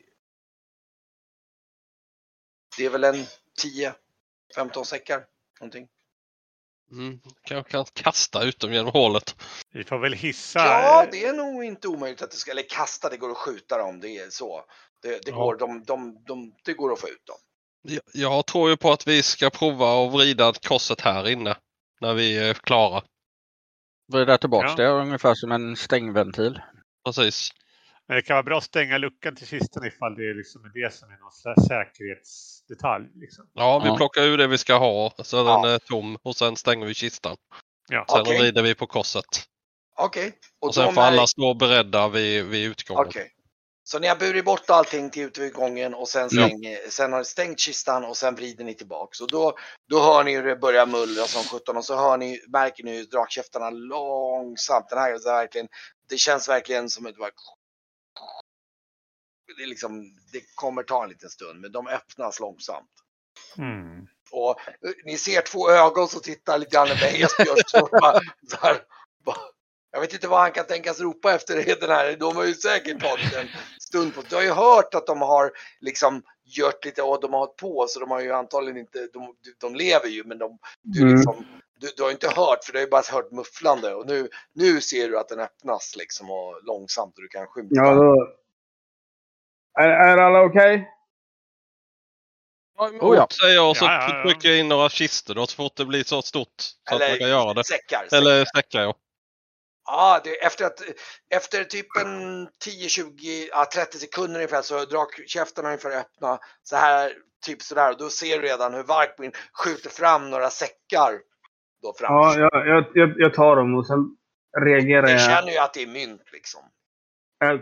Det är väl en tio femton säckar någonting. Mm, kanske kan kasta ut dem genom hålet. Vi får väl hissa. Ja, det är nog inte omöjligt att det ska, eller kasta, det går att skjuta dem, det är så. Det, det ja. går, de, de, de, det går att få ut dem. Jag, jag tror ju på att vi ska prova att vrida korset här inne när vi är klara. Vrida tillbaka ja. det är ungefär som en stängventil. Precis. Men det kan vara bra att stänga luckan till kistan ifall det är liksom det som är någon slags säkerhetsdetalj. Liksom. Ja, vi ja. plockar ur det vi ska ha så ja. den är tom och sen stänger vi kistan. Ja. Sen okay. vrider vi på korset. Okej. Okay. Och, och sen får är... alla stå beredda vid, vid utgången. Okej. Okay. Så ni har burit bort allting till utgången och sen, stäng, ja. sen har ni stängt kistan och sen vrider ni tillbaka. Så då, då hör ni hur det börjar mullra som sjutton och så hör ni, märker ni hur drakkäftarna långsamt, den här är verkligen, det känns verkligen som ett, det är liksom, det kommer ta en liten stund, men de öppnas långsamt. Mm. Och ni ser två ögon som tittar lite grann med Esbjörn så här, jag vet inte vad han kan tänkas ropa efter den här. De har ju säkert tagit en stund på. Du har ju hört att de har liksom gjort lite och de har hållit på. Så de har ju antagligen inte, de, de lever ju men de, du, mm. liksom, du, du har inte hört för du har ju bara hört mufflande. Och nu, nu ser du att den öppnas liksom och långsamt och du kan skymta. Ja, då... Är, är alla okej? Okay? Ja, oh, ja. Säger jag så ja, ja, ja. trycker jag in några kister då så fort det blir så stort. Så eller att man kan göra det. Säckar. Eller säckar, ja. Ja, det, efter, att, efter typ en tio tjugo, ja, trettio sekunder ungefär så drakkäftarna ungefär öppna så här, typ sådär. Och då ser du redan hur Varkmin skjuter fram några säckar. Då fram. Ja, jag, jag, jag, jag tar dem och sen reagerar jag. Jag känner ju att det är mynt liksom. Jag...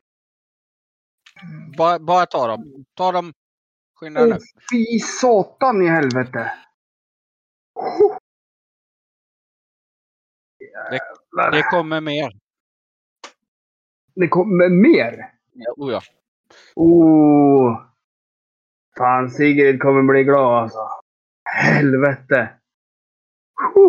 Bara, bara ta dem. Ta dem. Skynda nu. Fy satan i helvete. Oh. Det, det kommer mer. Det kommer mer? Ja, oh ja. Oh. Fan, Sigrid kommer bli glad alltså. Helvete. Oh.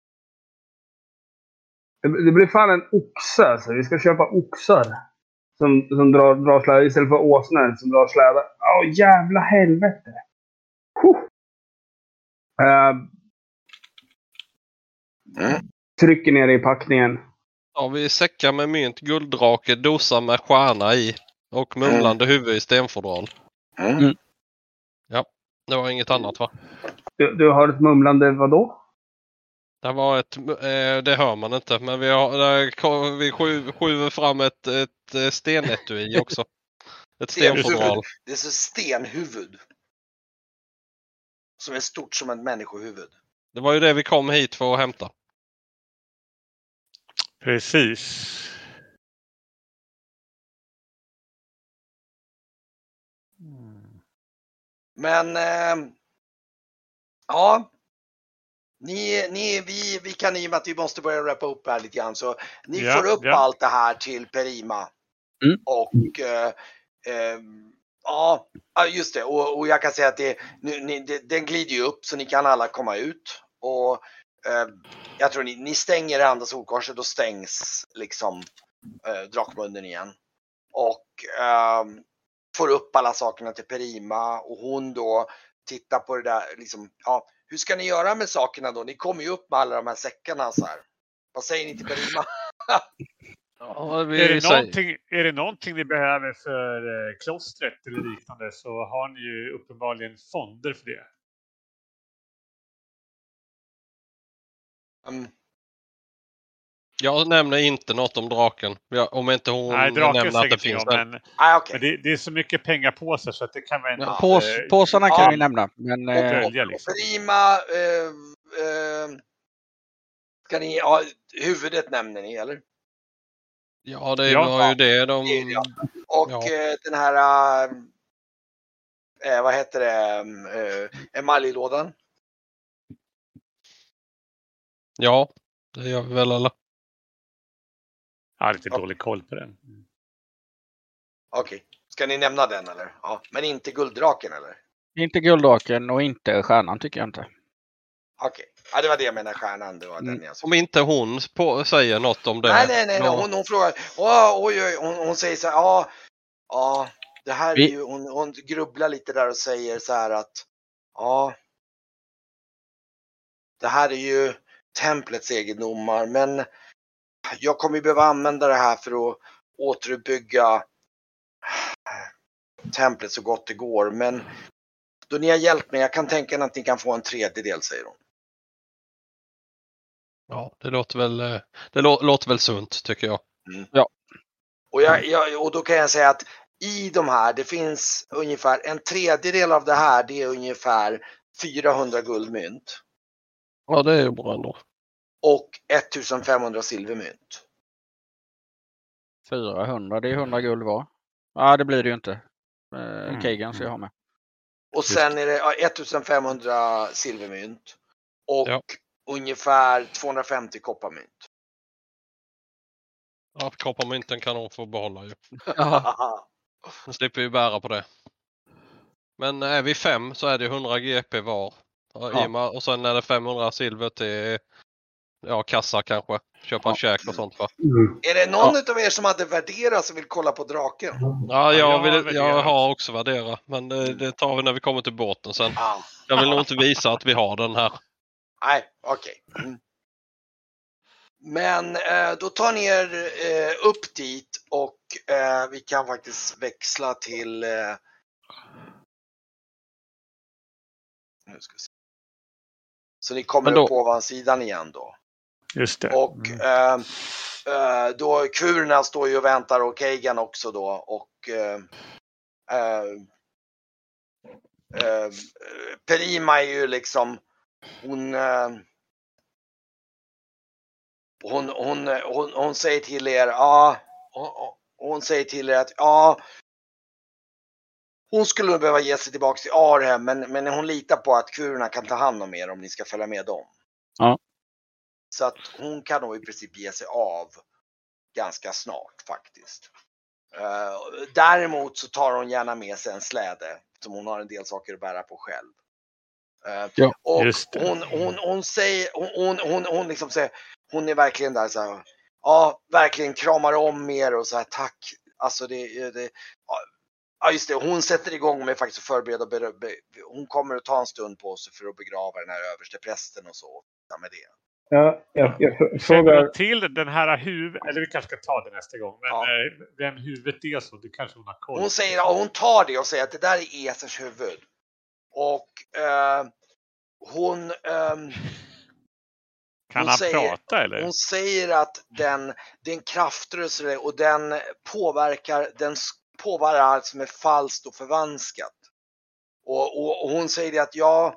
Det, det blir fan en oxe alltså. Vi ska köpa oxar. Som, som drar, drar släde istället för åsnor som drar släde. Åh, oh, jävla helvete. Oh. Uh. Mm. Trycker ner i packningen. Ja, vi säckar med mynt, gulddrake, dosa med stjärna i och mumlande mm. huvud i stenfodral. Mm. Ja, det var inget annat va? Du, du har ett mumlande vad då? Det var ett, eh, det hör man inte, men vi har där, vi skjuter fram ett, ett stenetui också. Ett stenfodral. Det är så stenhuvud. Som är stort som ett människohuvud. Det var ju det vi kom hit för att hämta. Precis. Mm. Men eh, ja. Ni, ni, vi, vi kan i och med att vi måste börja rappa upp här lite grann. Så ni Ja, får upp ja. allt det här till Perima. Mm. Och eh, eh, ja, just det. Och, och jag kan säga att det, nu, ni, det, den glider ju upp så ni kan alla komma ut. Och eh, jag tror ni, ni stänger det andra solkorset, då stängs liksom eh, drakmunnen igen. Och eh, får upp alla sakerna till Perima. Och hon då tittar på det där liksom, ja. Hur ska ni göra med sakerna då? Ni kommer ju upp med alla de här säckarna så här. Vad säger ni till Perima? Ja, vi Är det, säger... någonting, är det någonting ni behöver för eh, klostret eller liknande så har ni ju uppenbarligen fonder för det. Um, Jag nämner inte något om draken. Om inte hon Nej, draken nämner att det ingenting finns om, en. men, ah, okay. men det, det är så mycket pengar på sig så att det kan vara en... Ja, pås, eh, påsarna kan ja. vi nämna. Men, och, eh, och, och liksom. Perima, eh, eh, ska ni, ja, huvudet nämner ni eller? Ja, det Ja. var ju det de... Det, ja. Och Ja. eh, den här, eh, vad heter det, eh, emaljlådan? Ja, det gör vi väl alla. Jag har lite dålig koll på den. Okej, okay. Ska ni nämna den eller? Ja, men inte gulddraken eller? inte gulddraken och inte stjärnan tycker jag inte. Okej, okay. Ja, det var det jag menade, stjärnan. Det var Mm. den jag Om inte hon på, säger något om det. Nej, nej, nej. Då... nej. Hon, hon frågar, åh, oj, oj, hon, hon säger så här, ja, ja, det här Vi... är ju, hon, hon grubblar lite där och säger så här att, ja, det här är ju templets egendomar, men jag kommer ju behöva använda det här för att återuppbygga templet så gott det går, men då ni har hjälpt mig, jag kan tänka mig att ni kan få en tredjedel, säger hon. Ja, det låter väl, det lå, låter väl sunt tycker jag. Mm. Ja. Och, jag, jag, och då kan jag säga att i de här, det finns ungefär en tredjedel av det här, det är ungefär fyrahundra guldmynt. Ja, det är ju bra ändå. Och ettusenfemhundra silvermynt. fyrahundra, det är hundra guld var. Ja, det blir det ju inte. Eh, Mm. Kagan ska jag ha med. Och sen är det ja, ettusenfemhundra silvermynt. Och Ja. ungefär tvåhundrafemtio kopparmynt. Ja, kopparmynten kan hon få behålla ju. Ja. Hon slipper ju bära på det. Men är vi fem så är det hundra G P var. Ja. Och sen är det femhundra silver till ja, kassa kanske. Köpa Ja. käk och sånt va. Mm. Är det någon ja. av er som hade värderat som vill kolla på draken? Ja, jag, vill, jag, jag har också värderat. Men det, det tar vi när vi kommer till båten sen. Ja. Jag vill nog inte visa att vi har den här. Nej, okej. Okay. Mm. Men eh, då tar ni er eh, upp dit och eh, vi kan faktiskt växla till eh, nu ska vi se. Så ni kommer då, upp på ovansidan igen då. Just det. Och mm. eh, eh, då kurerna står ju och väntar och Kagan också då och eh, eh, eh, Perima är ju liksom hon eh, hon, hon, hon, hon säger till er ja hon, hon säger till er att ja hon skulle behöva ge sig tillbaka till Arhem men, men hon litar på att kurerna kan ta hand om er om ni ska följa med dem. Ja. Så att hon kan nog i princip ge sig av ganska snart faktiskt. Uh, däremot så tar hon gärna med sig en släde som hon har en del saker att bära på själv. Uh, ja, och hon, hon, hon säger, hon, hon, hon liksom säger, hon är verkligen där så här, ja verkligen kramar om er och så här tack. Alltså det, det ja just det, hon sätter igång med faktiskt att förbereda, be, be, hon kommer att ta en stund på sig för att begrava den här överste prästen och så med det. Ja, jag, jag Frågar frågar... till den här huvudet, eller vi kanske ska ta det nästa gång, men Ja. eh, vem huvudet är så, det kanske hon har koll. Hon säger, ja, hon tar det och säger att det där är Esers huvud. Och eh, hon... Eh, Kan hon han säger, prata eller? Hon säger att den, det är en kraftrörelse och den påverkar, den påverkar allt som är falskt och förvanskat. Och, och, och hon säger att ja,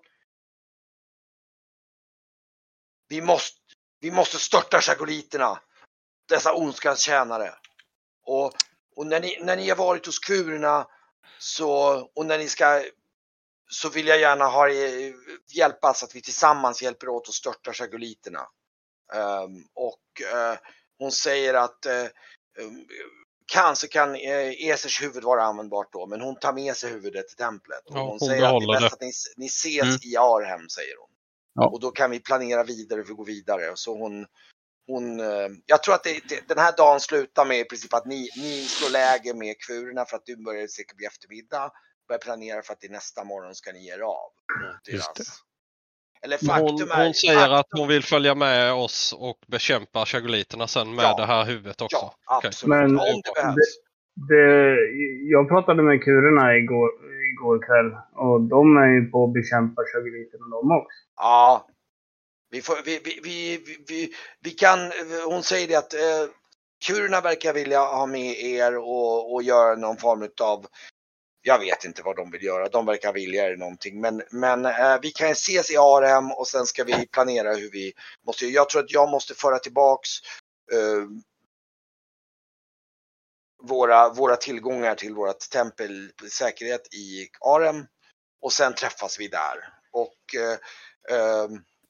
vi måste, vi måste störta chagoliterna, dessa ondskans tjänare. Och, och när, ni, när ni har varit hos kurerna så, och när ni ska, så vill jag gärna ha hjälpa så att vi tillsammans hjälper åt att störta chagoliterna. Um, och uh, hon säger att uh, um, kanske kan uh, Esers huvud vara användbart då, men hon tar med sig huvudet till templet. Och Ja, hon, hon säger att det är bäst det. att ni, ni ses Mm. i Arhem, säger hon. Ja. Och då kan vi planera vidare och vi går vidare. Så hon, hon uh, jag tror att det, det, den här dagen slutar med i princip att ni, ni slår läge med kvrorna för att du börjar säkert bli eftermiddag. Börjar planera för att i nästa morgon ska ni ge er av mot Just deras. Eller Men faktum Hon, är, hon säger faktum, att hon vill följa med oss och bekämpa chagoliterna sen med Ja. det här huvudet också. Ja, Okej. absolut. Men Om det behövs. Det, jag pratade med kurerna igår, igår kväll och de är ju på att bekämpa chagoliterna de också. Ja. Vi, får, vi, vi, vi, vi, vi, vi kan, hon säger det att eh, kurerna verkar vilja ha med er och, och göra någon form av, jag vet inte vad de vill göra, de verkar vilja er någonting, men, men eh, vi kan ses i Arhem och sen ska vi planera hur vi måste, jag tror att jag måste föra tillbaks eh, våra, våra tillgångar till vårt tempel säkerhet i Arhem och sen träffas vi där och eh, eh,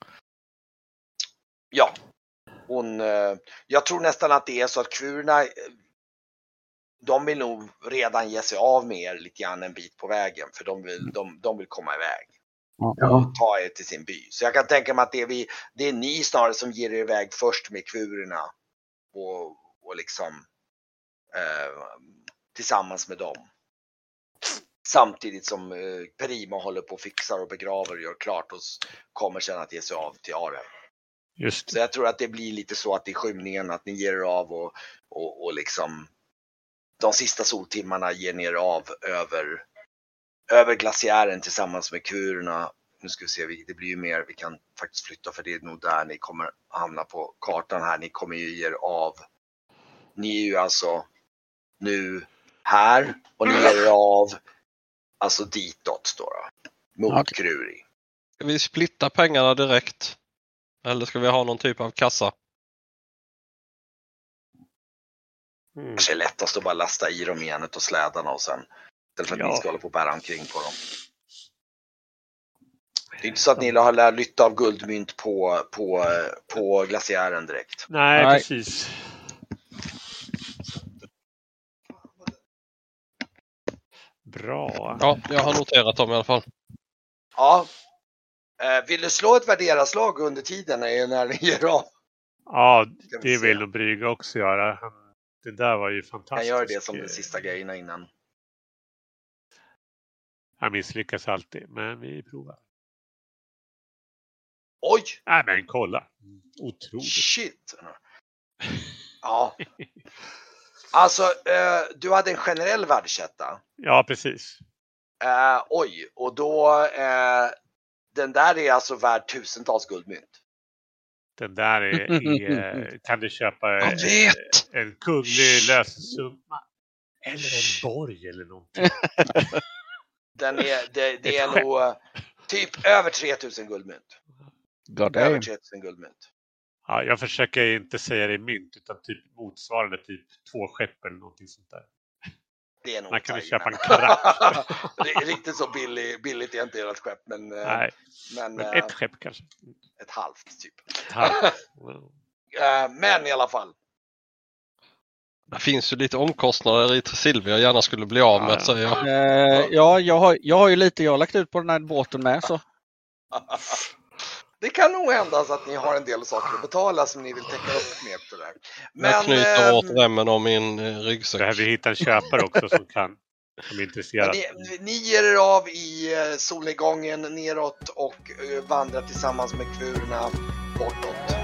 ja, hon, eh, jag tror nästan att det är så att kvrorna, eh, de vill nog redan ge sig av med er lite grann en bit på vägen, för de vill, de, de vill komma iväg och ta er till sin by. Så jag kan tänka mig att det är, vi, det är ni snarare som ger er iväg först med kvrorna och, och liksom eh, tillsammans med dem. Samtidigt som eh, Perima håller på och fixar och begraver och gör klart och kommer sedan att ge sig av till Arhem. Just Så jag tror att det blir lite så att i skymningen att ni ger er av och, och, och liksom de sista soltimmarna ger ni er av över, över glaciären tillsammans med kurerna. Nu ska vi se, det blir ju mer, vi kan faktiskt flytta för det är nog där ni kommer hamna på kartan här. Ni kommer ju ge er av, ni är ju alltså nu här och ni ger er av alltså ditåt då, då mot Okej. Kruri. Ska vi splitta pengarna direkt? Eller ska vi ha någon typ av kassa? Mm. Kanske är lättast att bara lasta i dem igen och slädarna och sen istället för att Ja. ni ska hålla på och bära omkring på dem. Det är inte så att ni har lärt lytta av guldmynt på, på, på glaciären direkt. Nej, Nej. precis. Bra. Ja, jag har noterat dem i alla fall. Ja. Eh, vill du slå ett värderaslag under tiden när ni ger av? Ja, Ska vi det se. vill nog Brygge också göra. Han- Det där var ju fantastiskt. Jag gör det som de sista grejerna innan. Han misslyckas alltid, men vi provar. Oj! Nej, men kolla. Otroligt. Shit! Ja. Alltså, eh, du hade en generell värdesätta. Ja, precis. Eh, oj, och då eh, den där är alltså värd tusentals guldmynt. Den där är, är kan du köpa Jag en, vet! en kunglig lösensumma. Eller en borg eller någonting. Den är, det, det är Ett skepp. nog eh, typ över tre tusen guldmynt. God Över damn. tre tusen guldmynt. Ja, jag försöker inte säga det i mynt utan typ motsvarande typ två skepp eller någonting sånt där. Det är nog Man kan ju tajt, köpa men- en karack. Det är riktigt så billig, billigt är inte ert skepp, men, eh, Nej, men, men eh, ett skepp kanske. ett halvt typ. Ett halvt. Wow. Eh, men i alla fall. Det finns ju lite omkostnader i Silvia jag gärna skulle bli av med, Ja, ja. säger jag. Eh, ja, jag har, jag har ju lite jag har lagt ut på den här båten med. Så. Det kan nog hända så att ni har en del saker att betala som ni vill täcka upp med på det där. Jag Men knyter åt ehm, remmen om min eh, ryggsäck. Behöver vi hitta en köpare också som kan som är intresserad. ni, ni ger er av i eh, solnedgången neråt och eh, vandrar tillsammans med kvrorna bortåt.